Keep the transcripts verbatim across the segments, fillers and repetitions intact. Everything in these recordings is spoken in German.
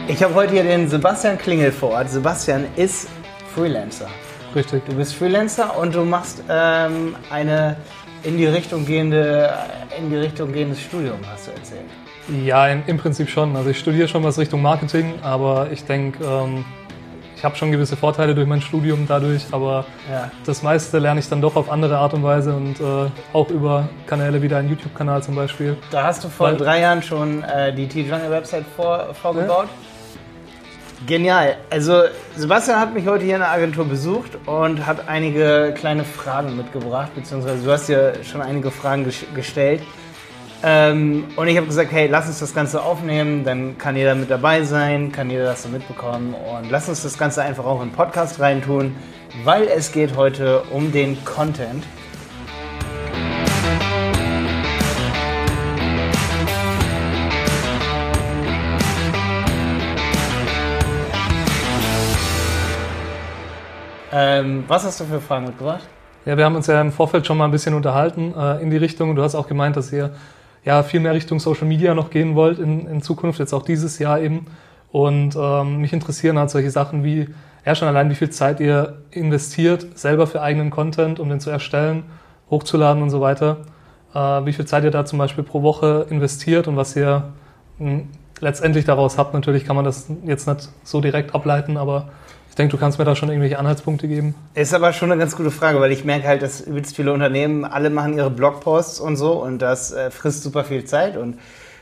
Ich habe heute hier den Sebastian Klingel vor Ort. Sebastian ist Freelancer. Richtig. Du bist Freelancer und du machst ähm, eine in die Richtung gehende, in die Richtung gehendes Studium, hast du erzählt. Ja, in, im Prinzip schon. Also ich studiere schon was Richtung Marketing, aber ich denke, ähm, ich habe schon gewisse Vorteile durch mein Studium dadurch, aber ja. Das meiste lerne ich dann doch auf andere Art und Weise und äh, auch über Kanäle wie deinen YouTube-Kanal zum Beispiel. Da hast du vor Weil, drei Jahren schon äh, die T-Jungle-Website vor, vorgebaut. Ja. Genial. Also Sebastian hat mich heute hier in der Agentur besucht und hat einige kleine Fragen mitgebracht, beziehungsweise du hast ja schon einige Fragen ges- gestellt. Ähm, und ich habe gesagt, hey, lass uns das Ganze aufnehmen, dann kann jeder mit dabei sein, kann jeder das so mitbekommen und lass uns das Ganze einfach auch in den Podcast reintun, weil es geht heute um den Content. Ähm, was hast du für Fragen mitgebracht? Ja, wir haben uns ja im Vorfeld schon mal ein bisschen unterhalten äh, in die Richtung. Du hast auch gemeint, dass ihr ja viel mehr Richtung Social Media noch gehen wollt in, in Zukunft, jetzt auch dieses Jahr eben. Und ähm, mich interessieren halt solche Sachen wie, ja schon allein wie viel Zeit ihr investiert, selber für eigenen Content, um den zu erstellen, hochzuladen und so weiter. Äh, wie viel Zeit ihr da zum Beispiel pro Woche investiert und was ihr mh, letztendlich daraus habt. Natürlich kann man das jetzt nicht so direkt ableiten, aber ich denke, du kannst mir da schon irgendwelche Anhaltspunkte geben. Ist aber schon eine ganz gute Frage, weil ich merke halt, dass übelst viele Unternehmen, alle machen ihre Blogposts und so und das äh, frisst super viel Zeit und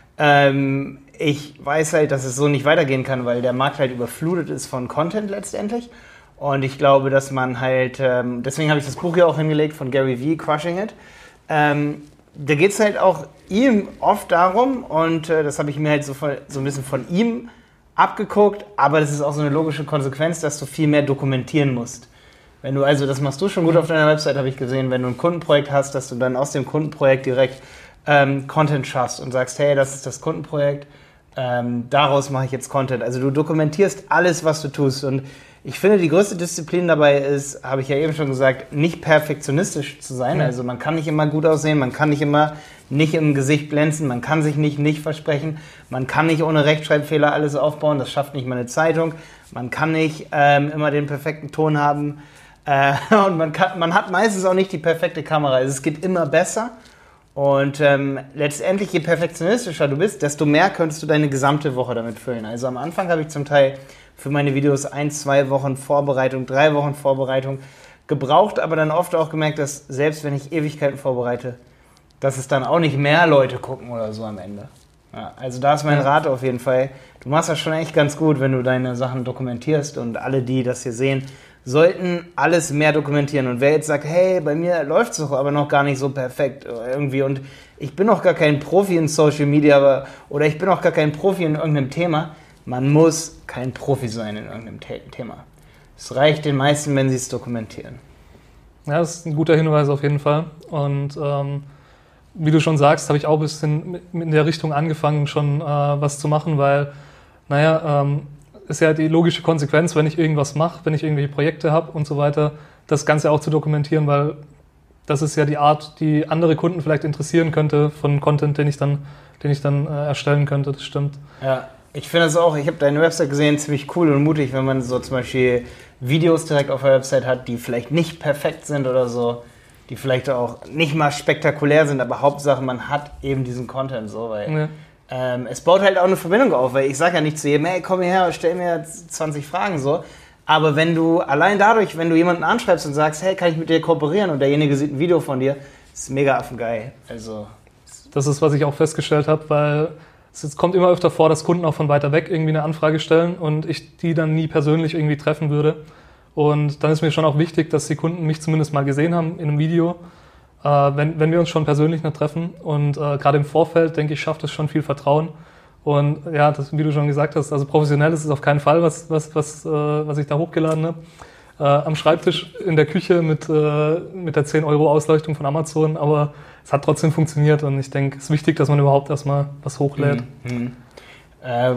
ähm, ich weiß halt, dass es so nicht weitergehen kann, weil der Markt halt überflutet ist von Content letztendlich und ich glaube, dass man halt, ähm, deswegen habe ich das Buch ja auch hingelegt von Gary Vee, Crushing It. Ähm, da geht es halt auch ihm oft darum und äh, das habe ich mir halt so, von, so ein bisschen von ihm abgeguckt, aber das ist auch so eine logische Konsequenz, dass du viel mehr dokumentieren musst. Wenn du also, das machst du schon gut auf deiner Website, habe ich gesehen, wenn du ein Kundenprojekt hast, dass du dann aus dem Kundenprojekt direkt ähm, Content schaffst und sagst, hey, das ist das Kundenprojekt, ähm, daraus mache ich jetzt Content. Also du dokumentierst alles, was du tust und ich finde, die größte Disziplin dabei ist, habe ich ja eben schon gesagt, nicht perfektionistisch zu sein. Ja. Also man kann nicht immer gut aussehen, man kann nicht immer nicht im Gesicht glänzen, man kann sich nicht nicht versprechen, man kann nicht ohne Rechtschreibfehler alles aufbauen, das schafft nicht mal eine Zeitung, man kann nicht ähm, immer den perfekten Ton haben äh, und man, kann, man hat meistens auch nicht die perfekte Kamera. Also es geht immer besser und ähm, letztendlich, je perfektionistischer du bist, desto mehr könntest du deine gesamte Woche damit füllen. Also am Anfang habe ich zum Teil für meine Videos ein, zwei Wochen Vorbereitung, drei Wochen Vorbereitung gebraucht, aber dann oft auch gemerkt, dass selbst wenn ich Ewigkeiten vorbereite, dass es dann auch nicht mehr Leute gucken oder so am Ende. Ja, also da ist mein Rat auf jeden Fall. Du machst das schon echt ganz gut, wenn du deine Sachen dokumentierst und alle, die das hier sehen, sollten alles mehr dokumentieren. Und wer jetzt sagt, hey, bei mir läuft es doch aber noch gar nicht so perfekt irgendwie und ich bin noch gar kein Profi in Social Media aber, oder ich bin noch gar kein Profi in irgendeinem Thema, man muss kein Profi sein in irgendeinem Thema. Es reicht den meisten, wenn sie es dokumentieren. Ja, das ist ein guter Hinweis auf jeden Fall. Und ähm, wie du schon sagst, habe ich auch ein bisschen in der Richtung angefangen, schon äh, was zu machen, weil, naja, ähm, ist ja die logische Konsequenz, wenn ich irgendwas mache, wenn ich irgendwelche Projekte habe und so weiter, das Ganze auch zu dokumentieren, weil das ist ja die Art, die andere Kunden vielleicht interessieren könnte von Content, den ich dann, den ich dann äh, erstellen könnte, das stimmt. Ja. Ich finde es auch, ich habe deine Website gesehen, ziemlich cool und mutig, wenn man so zum Beispiel Videos direkt auf der Website hat, die vielleicht nicht perfekt sind oder so, die vielleicht auch nicht mal spektakulär sind, aber Hauptsache man hat eben diesen Content so, weil ja. ähm, es baut halt auch eine Verbindung auf, weil ich sage ja nicht zu jedem, hey, komm hierher, stell mir zwanzig Fragen so, aber wenn du allein dadurch, wenn du jemanden anschreibst und sagst, hey, kann ich mit dir kooperieren und derjenige sieht ein Video von dir, ist mega affengeil, also. Das ist, was ich auch festgestellt habe, weil es kommt immer öfter vor, dass Kunden auch von weiter weg irgendwie eine Anfrage stellen und ich die dann nie persönlich irgendwie treffen würde. Und dann ist mir schon auch wichtig, dass die Kunden mich zumindest mal gesehen haben in einem Video, äh, wenn, wenn wir uns schon persönlich nicht treffen. Und äh, gerade im Vorfeld, denke ich, schafft es schon viel Vertrauen. Und ja, das, wie du schon gesagt hast, also professionell ist es auf keinen Fall, was, was, was, äh, was ich da hochgeladen habe. Äh, am Schreibtisch in der Küche mit, äh, mit der zehn Euro Ausleuchtung von Amazon, aber es hat trotzdem funktioniert und ich denke, es ist wichtig, dass man überhaupt erstmal was hochlädt. Mhm. Äh,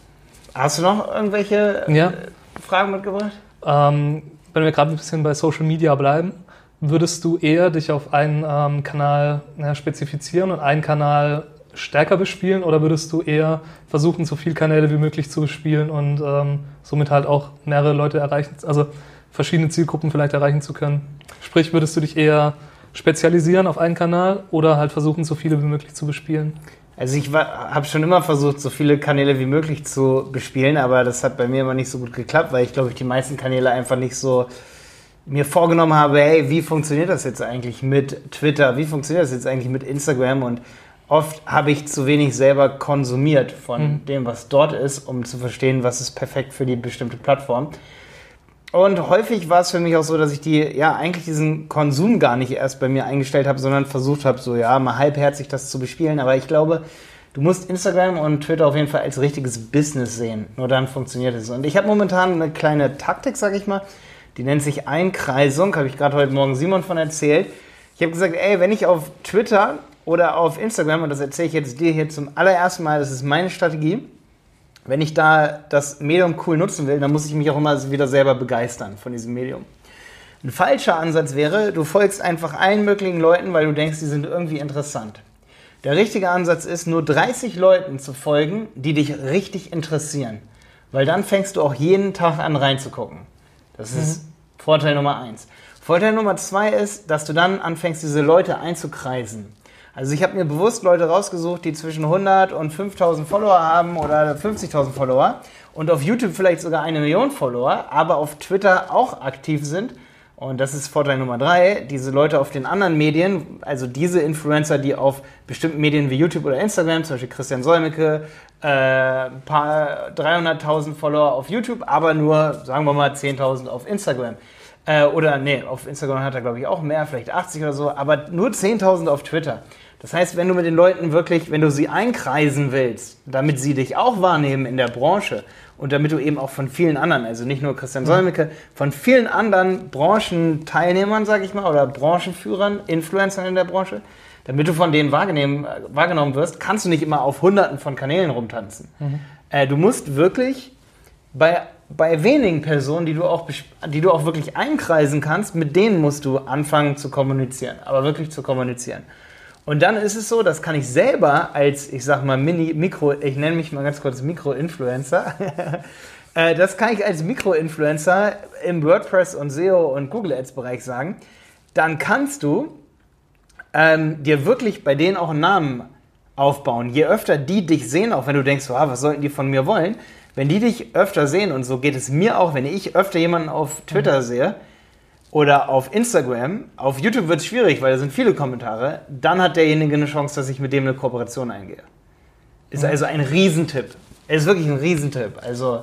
hast du noch irgendwelche äh, ja. Fragen mitgebracht? Ähm, wenn wir gerade ein bisschen bei Social Media bleiben, würdest du eher dich auf einen ähm, Kanal ja, spezifizieren und einen Kanal stärker bespielen oder würdest du eher versuchen, so viele Kanäle wie möglich zu bespielen und ähm, somit halt auch mehrere Leute erreichen, also verschiedene Zielgruppen vielleicht erreichen zu können? Sprich, würdest du dich eher spezialisieren auf einen Kanal oder halt versuchen, so viele wie möglich zu bespielen? Also ich habe schon immer versucht, so viele Kanäle wie möglich zu bespielen, aber das hat bei mir immer nicht so gut geklappt, weil ich glaube, ich die meisten Kanäle einfach nicht so mir vorgenommen habe, hey, wie funktioniert das jetzt eigentlich mit Twitter, wie funktioniert das jetzt eigentlich mit Instagram, und oft habe ich zu wenig selber konsumiert von mhm. dem, was dort ist, um zu verstehen, was ist perfekt für die bestimmte Plattform. Und häufig war es für mich auch so, dass ich die, ja, eigentlich diesen Konsum gar nicht erst bei mir eingestellt habe, sondern versucht habe, so, ja, mal halbherzig das zu bespielen. Aber ich glaube, du musst Instagram und Twitter auf jeden Fall als richtiges Business sehen. Nur dann funktioniert es. Und ich habe momentan eine kleine Taktik, sag ich mal, die nennt sich Einkreisung, habe ich gerade heute Morgen Simon von erzählt. Ich habe gesagt, ey, wenn ich auf Twitter oder auf Instagram, und das erzähle ich jetzt dir hier zum allerersten Mal, das ist meine Strategie, wenn ich da das Medium cool nutzen will, dann muss ich mich auch immer wieder selber begeistern von diesem Medium. Ein falscher Ansatz wäre, du folgst einfach allen möglichen Leuten, weil du denkst, die sind irgendwie interessant. Der richtige Ansatz ist, nur dreißig Leuten zu folgen, die dich richtig interessieren. Weil dann fängst du auch jeden Tag an reinzugucken. Das ist mhm. Vorteil Nummer eins. Vorteil Nummer zwei ist, dass du dann anfängst, diese Leute einzukreisen. Also ich habe mir bewusst Leute rausgesucht, die zwischen hundert und fünftausend Follower haben oder fünfzigtausend Follower und auf YouTube vielleicht sogar eine Million Follower, aber auf Twitter auch aktiv sind. Und das ist Vorteil Nummer drei. Diese Leute auf den anderen Medien, also diese Influencer, die auf bestimmten Medien wie YouTube oder Instagram, zum Beispiel Christian Solmecke, äh, ein paar dreihunderttausend Follower auf YouTube, aber nur, sagen wir mal, zehntausend auf Instagram. Äh, oder, nee, auf Instagram hat er, glaube ich, auch mehr, vielleicht achtzig oder so, aber nur zehntausend auf Twitter. Das heißt, wenn du mit den Leuten wirklich, wenn du sie einkreisen willst, damit sie dich auch wahrnehmen in der Branche und damit du eben auch von vielen anderen, also nicht nur Christian Solmecke, von vielen anderen Branchenteilnehmern, sage ich mal, oder Branchenführern, Influencern in der Branche, damit du von denen wahrgenommen, wahrgenommen wirst, kannst du nicht immer auf hunderten von Kanälen rumtanzen. Mhm. Äh, du musst wirklich bei, bei wenigen Personen, die du, auch, die du auch wirklich einkreisen kannst, mit denen musst du anfangen zu kommunizieren, aber wirklich zu kommunizieren. Und dann ist es so, das kann ich selber als, ich sag mal, Mini, Mikro, ich nenne mich mal ganz kurz Mikro-Influencer, das kann ich als Mikro-Influencer im WordPress und S E O und Google Ads Bereich sagen. Dann kannst du ähm, dir wirklich bei denen auch einen Namen aufbauen. Je öfter die dich sehen, auch wenn du denkst, oh, was sollten die von mir wollen, wenn die dich öfter sehen, und so geht es mir auch, wenn ich öfter jemanden auf Twitter mhm. sehe, oder auf Instagram, auf YouTube wird es schwierig, weil da sind viele Kommentare, dann hat derjenige eine Chance, dass ich mit dem eine Kooperation eingehe. Ist also ein Riesentipp. Ist wirklich ein Riesentipp. Also,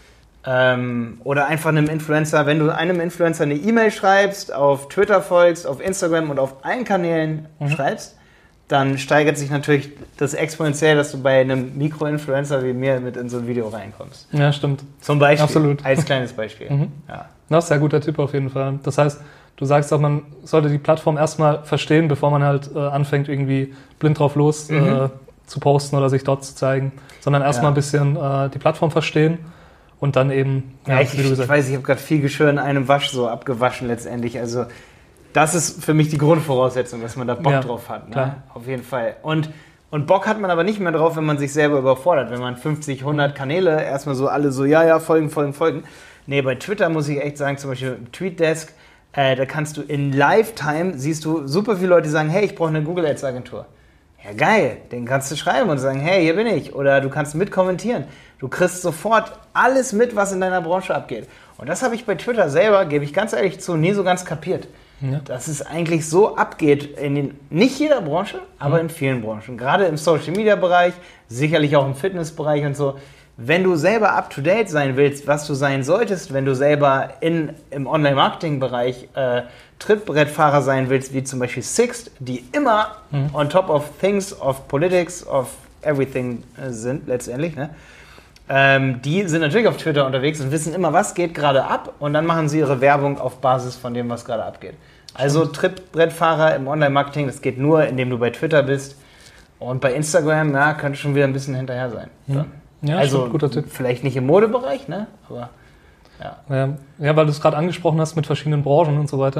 ähm, oder einfach einem Influencer, wenn du einem Influencer eine E-Mail schreibst, auf Twitter folgst, auf Instagram und auf allen Kanälen mhm. schreibst, dann steigert sich natürlich das exponentiell, dass du bei einem Mikro-Influencer wie mir mit in so ein Video reinkommst. Ja, stimmt. Zum Beispiel. Absolut. Als kleines Beispiel. Mhm. Ja. Das ist ein sehr guter Tipp auf jeden Fall. Das heißt, du sagst auch, man sollte die Plattform erstmal verstehen, bevor man halt äh, anfängt, irgendwie blind drauf los mhm. äh, zu posten oder sich dort zu zeigen, sondern erstmal ja. ein bisschen äh, die Plattform verstehen und dann eben, ja, ja ich, wie du gesagt. Ich weiß, ich habe gerade viel Geschirr in einem Wasch so abgewaschen letztendlich. Also das ist für mich die Grundvoraussetzung, dass man da Bock ja, drauf hat. Ne? Auf jeden Fall. Und, und Bock hat man aber nicht mehr drauf, wenn man sich selber überfordert. Wenn man fünfzig, hundert Kanäle erstmal so alle so, ja, ja, folgen, folgen, folgen. Nee, bei Twitter muss ich echt sagen, zum Beispiel im TweetDesk, äh, da kannst du in Lifetime, siehst du super viele Leute, die sagen, hey, ich brauche eine Google Ads Agentur. Ja, geil, den kannst du schreiben und sagen, hey, hier bin ich. Oder du kannst mitkommentieren. Du kriegst sofort alles mit, was in deiner Branche abgeht. Und das habe ich bei Twitter selber, gebe ich ganz ehrlich zu, nie so ganz kapiert. Ja. Dass es eigentlich so abgeht, in den, nicht jeder Branche, aber mhm. in vielen Branchen. Gerade im Social-Media-Bereich, sicherlich auch im Fitnessbereich und so. Wenn du selber up-to-date sein willst, was du sein solltest, wenn du selber in, im Online-Marketing-Bereich äh, Trittbrettfahrer sein willst, wie zum Beispiel Sixt, die immer mhm. on top of things, of politics, of everything äh, sind letztendlich, ne? Ähm, die sind natürlich auf Twitter unterwegs und wissen immer, was geht gerade ab, und dann machen sie ihre Werbung auf Basis von dem, was gerade abgeht. Also Trittbrettfahrer im Online-Marketing, das geht nur, indem du bei Twitter bist, und bei Instagram, ja, könnte schon wieder ein bisschen hinterher sein. Mhm. Ja, also stimmt, guter Tipp. Vielleicht nicht im Modebereich, ne? Aber ja. Ja, ja, weil du es gerade angesprochen hast mit verschiedenen Branchen und so weiter.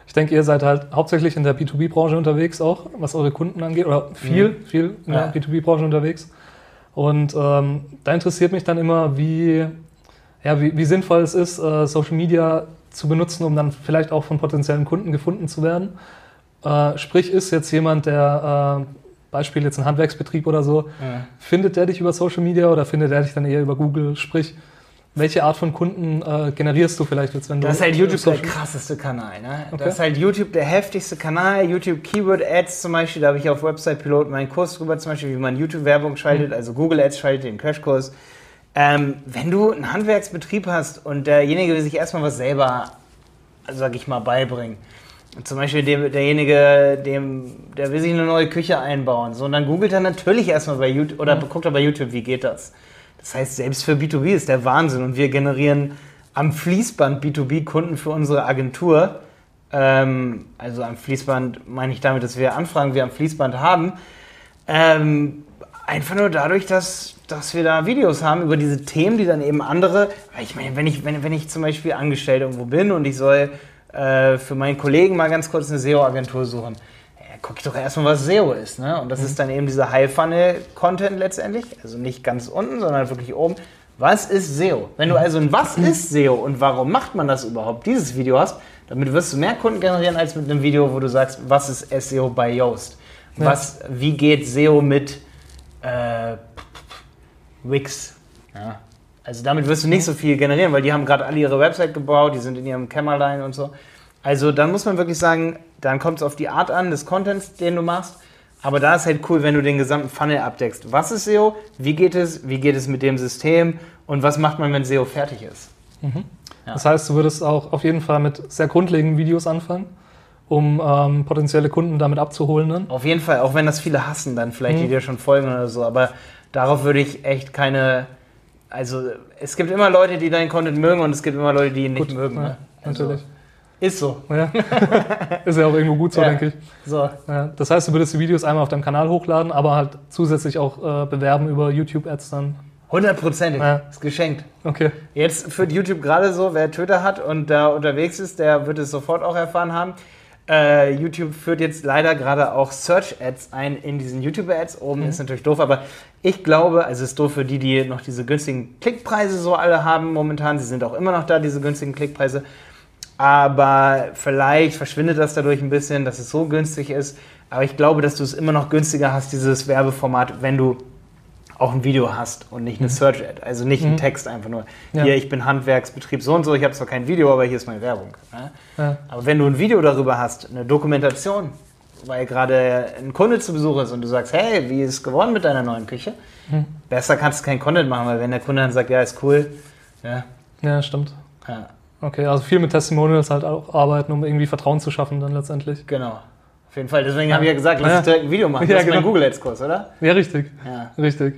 Ich denke, ihr seid halt hauptsächlich in der B zwei B-Branche unterwegs auch, was eure Kunden angeht, oder viel, mhm. viel in der ja. B zwei B-Branche unterwegs. Und ähm, da interessiert mich dann immer, wie, ja, wie, wie sinnvoll es ist, äh, Social Media zu benutzen, um dann vielleicht auch von potenziellen Kunden gefunden zu werden. Äh, sprich, ist jetzt jemand, der, äh, Beispiel jetzt ein Handwerksbetrieb oder so, ja. findet der dich über Social Media oder findet der dich dann eher über Google? Sprich, welche Art von Kunden äh, generierst du vielleicht jetzt, wenn du... Das ist halt YouTube der krasseste Kanal, ne? Okay. Das ist halt YouTube der heftigste Kanal. YouTube Keyword Ads zum Beispiel, da habe ich auf Website Pilot meinen Kurs drüber, zum Beispiel, wie man YouTube-Werbung schaltet, mhm. also Google Ads schaltet, den Crashkurs. Ähm, wenn du einen Handwerksbetrieb hast und derjenige will sich erstmal was selber, sag ich mal, beibringen, zum Beispiel dem, derjenige, dem, der will sich eine neue Küche einbauen, so, und dann googelt er natürlich erstmal bei YouTube, oder mhm. guckt er bei YouTube, wie geht das? Das heißt, selbst für B zwei B ist der Wahnsinn und wir generieren am Fließband B zwei B-Kunden für unsere Agentur. Ähm, also am Fließband meine ich damit, dass wir Anfragen wir am Fließband haben. Ähm, einfach nur dadurch, dass, dass wir da Videos haben über diese Themen, die dann eben andere... Ich meine, wenn ich, wenn, wenn ich zum Beispiel angestellt irgendwo bin und ich soll äh, für meinen Kollegen mal ganz kurz eine S E O-Agentur suchen, gucke ich doch erstmal, was S E O ist. Ne? Und das mhm. ist dann eben dieser High-Funnel-Content letztendlich. Also nicht ganz unten, sondern wirklich oben. Was ist S E O? Wenn du also ein Was ist S E O und warum macht man das überhaupt, dieses Video hast, damit wirst du mehr Kunden generieren als mit einem Video, wo du sagst, was ist S E O bei Yoast? Was, ja. Wie geht S E O mit äh, Wix? Ja. Also damit wirst du nicht so viel generieren, weil die haben gerade alle ihre Website gebaut, die sind in ihrem Kämmerlein und so. Also dann muss man wirklich sagen, dann kommt es auf die Art an, des Contents, den du machst. Aber da ist halt cool, wenn du den gesamten Funnel abdeckst. Was ist S E O? Wie geht es? Wie geht es mit dem System? Und was macht man, wenn S E O fertig ist? Mhm. Ja. Das heißt, du würdest auch auf jeden Fall mit sehr grundlegenden Videos anfangen, um ähm, potenzielle Kunden damit abzuholen dann? Auf jeden Fall, auch wenn das viele hassen, dann vielleicht, mhm. die dir schon folgen oder so. Aber darauf würde ich echt keine... Also es gibt immer Leute, die deinen Content mögen und es gibt immer Leute, die ihn nicht Gut, mögen. Ja, ne? also, natürlich. Ist so. Ja. Ist ja auch irgendwo gut so, ja. denke ich. So. Ja. Das heißt, du würdest die Videos einmal auf deinem Kanal hochladen, aber halt zusätzlich auch äh, bewerben über YouTube-Ads dann? Hundertprozentig. Ja. Ist geschenkt. Okay. Jetzt führt YouTube gerade so, wer Twitter hat und da unterwegs ist, der wird es sofort auch erfahren haben. Äh, YouTube führt jetzt leider gerade auch Search-Ads ein in diesen YouTube-Ads. Oben mhm. ist natürlich doof, aber ich glaube, also es ist doof für die, die noch diese günstigen Klickpreise so alle haben momentan. Sie sind auch immer noch da, diese günstigen Klickpreise. Aber vielleicht verschwindet das dadurch ein bisschen, dass es so günstig ist. Aber ich glaube, dass du es immer noch günstiger hast, dieses Werbeformat, wenn du auch ein Video hast und nicht eine Search-Ad. Also nicht mhm. ein Text einfach nur. Ja. Hier, ich bin Handwerksbetrieb so und so, ich habe zwar kein Video, aber hier ist meine Werbung. Ne? Ja. Aber wenn du ein Video darüber hast, eine Dokumentation, weil gerade ein Kunde zu Besuch ist und du sagst, hey, wie ist es geworden mit deiner neuen Küche? Mhm. Besser kannst du keinen Content machen, weil wenn der Kunde dann sagt, ja, ist cool. Ja, ja stimmt. Ja. Okay, also viel mit Testimonials halt auch arbeiten, um irgendwie Vertrauen zu schaffen dann letztendlich. Genau. Auf jeden Fall. Deswegen ja. habe ich ja gesagt, lass ja. uns direkt ein Video machen. Das ja, ist genau. mein Google Ads Kurs, oder? Ja, richtig. Ja. Richtig.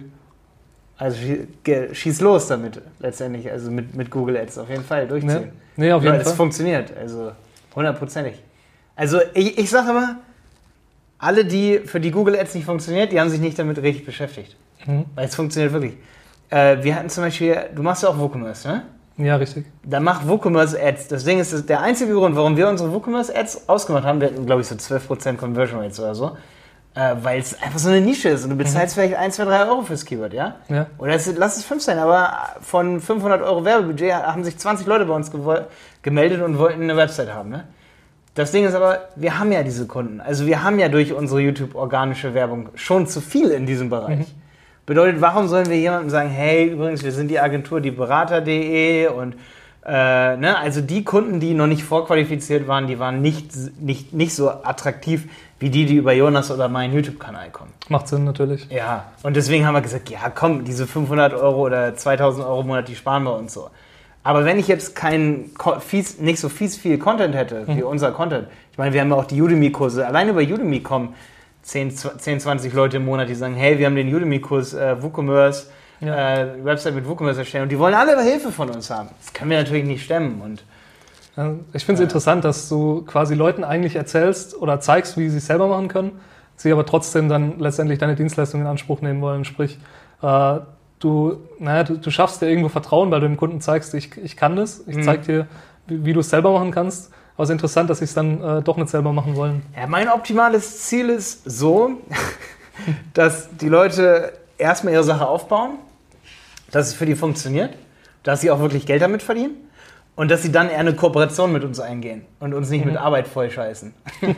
Also schieß los damit letztendlich, also mit, mit Google Ads auf jeden Fall durchziehen. Nee, nee auf jeden ja, Fall. Es funktioniert, also hundertprozentig. Also ich, ich sage immer, alle, die für die Google Ads nicht funktioniert, die haben sich nicht damit richtig beschäftigt. Mhm. Weil es funktioniert wirklich. Äh, wir hatten zum Beispiel, du machst ja auch WooCommerce, ne? Ja, richtig. Dann mach WooCommerce Ads. Das Ding ist, der einzige Grund, warum wir unsere WooCommerce Ads ausgemacht haben, wir hatten, glaube ich, so zwölf Prozent Conversion Rates oder so, äh, weil es einfach so eine Nische ist und du bezahlst mhm. vielleicht ein, zwei, drei Euro fürs Keyword, ja? Ja. Oder es, lass es fünf sein, aber von fünfhundert Euro Werbebudget haben sich zwanzig Leute bei uns gemeldet und wollten eine Website haben, ne? Das Ding ist aber, wir haben ja diese Kunden. Also wir haben ja durch unsere YouTube-organische Werbung schon zu viel in diesem Bereich. Mhm. Bedeutet, warum sollen wir jemandem sagen, hey, übrigens, wir sind die Agentur, die Berater punkt de und äh, ne, also die Kunden, die noch nicht vorqualifiziert waren, die waren nicht, nicht, nicht so attraktiv wie die, die über Jonas oder meinen YouTube-Kanal kommen. Macht Sinn, natürlich. Ja, und deswegen haben wir gesagt, ja komm, diese fünfhundert Euro oder zweitausend Euro im Monat, die sparen wir uns so. Aber wenn ich jetzt kein, fies, nicht so fies viel Content hätte, wie mhm. unser Content, ich meine, wir haben ja auch die Udemy-Kurse, allein über Udemy kommen zehn, zwanzig Leute im Monat, die sagen, hey, wir haben den Udemy-Kurs äh, WooCommerce, ja. äh, Website mit WooCommerce erstellen und die wollen alle Hilfe von uns haben. Das können wir natürlich nicht stemmen. Und, ja, ich finde es äh, interessant, dass du quasi Leuten eigentlich erzählst oder zeigst, wie sie es selber machen können, sie aber trotzdem dann letztendlich deine Dienstleistung in Anspruch nehmen wollen. Sprich, äh, du, naja, du, du schaffst dir irgendwo Vertrauen, weil du dem Kunden zeigst, ich, ich kann das, ich mhm. zeig dir, wie, wie du es selber machen kannst. Aber es ist interessant, dass sie es dann äh, doch nicht selber machen wollen. Ja, mein optimales Ziel ist so, dass die Leute erstmal ihre Sache aufbauen, dass es für die funktioniert, dass sie auch wirklich Geld damit verdienen und dass sie dann eher eine Kooperation mit uns eingehen und uns nicht mhm. mit Arbeit vollscheißen.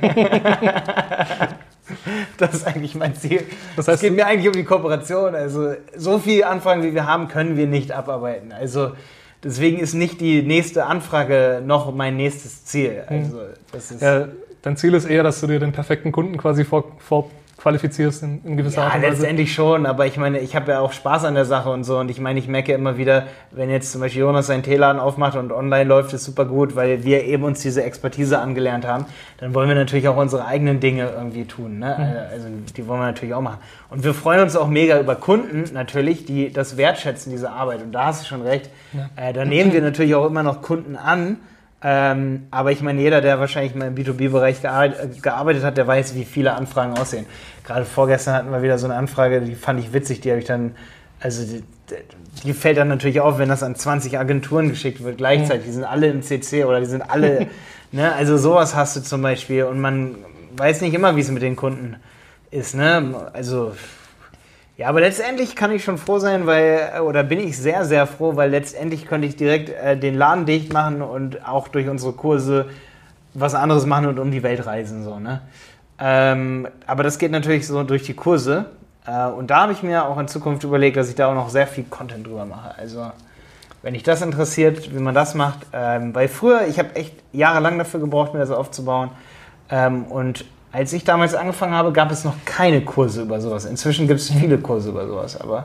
Das ist eigentlich mein Ziel. Das heißt, es geht mir eigentlich um die Kooperation. Also so viele Anfragen, wie wir haben, können wir nicht abarbeiten. Also deswegen ist nicht die nächste Anfrage noch mein nächstes Ziel. Also, das ist ja, dein Ziel ist eher, dass du dir den perfekten Kunden quasi vor, vor qualifizierst in, in gewisser ja, Art und Weise. Letztendlich schon, aber ich meine, ich habe ja auch Spaß an der Sache und so und ich meine, ich merke immer wieder, wenn jetzt zum Beispiel Jonas seinen Teeladen aufmacht und online läuft es super gut, weil wir eben uns diese Expertise angelernt haben, dann wollen wir natürlich auch unsere eigenen Dinge irgendwie tun, ne? Mhm. Also die wollen wir natürlich auch machen. Und wir freuen uns auch mega über Kunden natürlich, die das wertschätzen, diese Arbeit und da hast du schon recht. Ja. Äh, da nehmen wir natürlich auch immer noch Kunden an. Ähm, aber ich meine, jeder, der wahrscheinlich mal im B zwei B-Bereich gearbeitet, gearbeitet hat, der weiß, wie viele Anfragen aussehen. Gerade vorgestern hatten wir wieder so eine Anfrage, die fand ich witzig, die habe ich dann, also die, die fällt dann natürlich auf, wenn das an zwanzig Agenturen geschickt wird gleichzeitig. Die sind alle im C C oder die sind alle, ne, also sowas hast du zum Beispiel und man weiß nicht immer, wie es mit den Kunden ist, ne, also... Ja, aber letztendlich kann ich schon froh sein, weil, oder bin ich sehr, sehr froh, weil letztendlich könnte ich direkt äh, den Laden dicht machen und auch durch unsere Kurse was anderes machen und um die Welt reisen, so, ne? Ähm, aber das geht natürlich so durch die Kurse äh, und da habe ich mir auch in Zukunft überlegt, dass ich da auch noch sehr viel Content drüber mache. Also, wenn dich das interessiert, wie man das macht, ähm, weil früher, ich habe echt jahrelang dafür gebraucht, mir das aufzubauen ähm, und als ich damals angefangen habe, gab es noch keine Kurse über sowas. Inzwischen gibt es viele Kurse über sowas, aber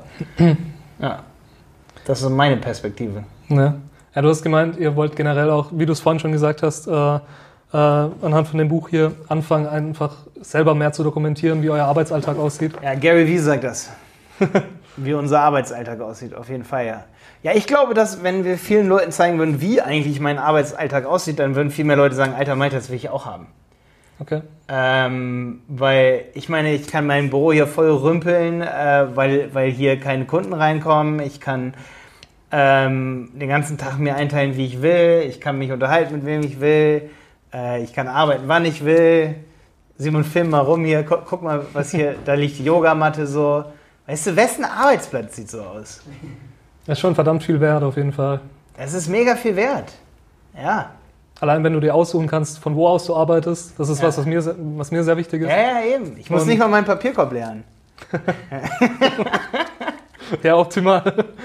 ja, das ist meine Perspektive. Ja. Ja, du hast gemeint, ihr wollt generell auch, wie du es vorhin schon gesagt hast, äh, äh, anhand von dem Buch hier anfangen, einfach selber mehr zu dokumentieren, wie euer Arbeitsalltag aussieht. Ja, Gary Vee sagt das, wie unser Arbeitsalltag aussieht, auf jeden Fall, ja. Ja, ich glaube, dass wenn wir vielen Leuten zeigen würden, wie eigentlich mein Arbeitsalltag aussieht, dann würden viel mehr Leute sagen, Alter, Malte, das will ich auch haben. Okay. Ähm, weil ich meine, ich kann mein Büro hier voll rümpeln, äh, weil, weil hier keine Kunden reinkommen. Ich kann ähm, den ganzen Tag mir einteilen, wie ich will. Ich kann mich unterhalten, mit wem ich will. Äh, ich kann arbeiten, wann ich will. Simon, film mal rum hier. Guck, guck mal, was hier, da liegt die Yogamatte so. Weißt du, wessen Arbeitsplatz sieht so aus? Das ist schon verdammt viel wert auf jeden Fall. Das ist mega viel wert. Ja. Allein wenn du dir aussuchen kannst, von wo aus du arbeitest, das ist ja was, was mir, was mir sehr wichtig ist. Ja, ja, eben. Ich muss Und nicht mal meinen Papierkorb lernen. Ja, optimal.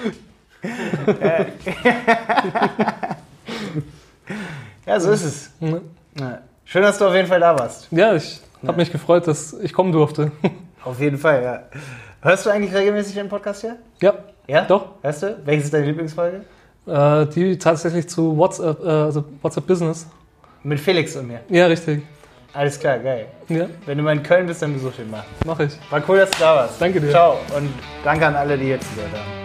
Ja, so ist es. Ja. Schön, dass du auf jeden Fall da warst. Ja, ich habe mich gefreut, dass ich kommen durfte. Auf jeden Fall, ja. Hörst du eigentlich regelmäßig den Podcast hier? Ja. Ja? Doch. Hörst du? Welches ist deine Lieblingsfolge? Äh, die tatsächlich zu WhatsApp, äh, also WhatsApp Business. Mit Felix und mir? Ja, richtig. Alles klar, geil. Ja. Wenn du mal in Köln bist, dann besuch den mal. Mach ich. War cool, dass du da warst. Danke dir. Ciao und danke an alle, die jetzt zugehört haben.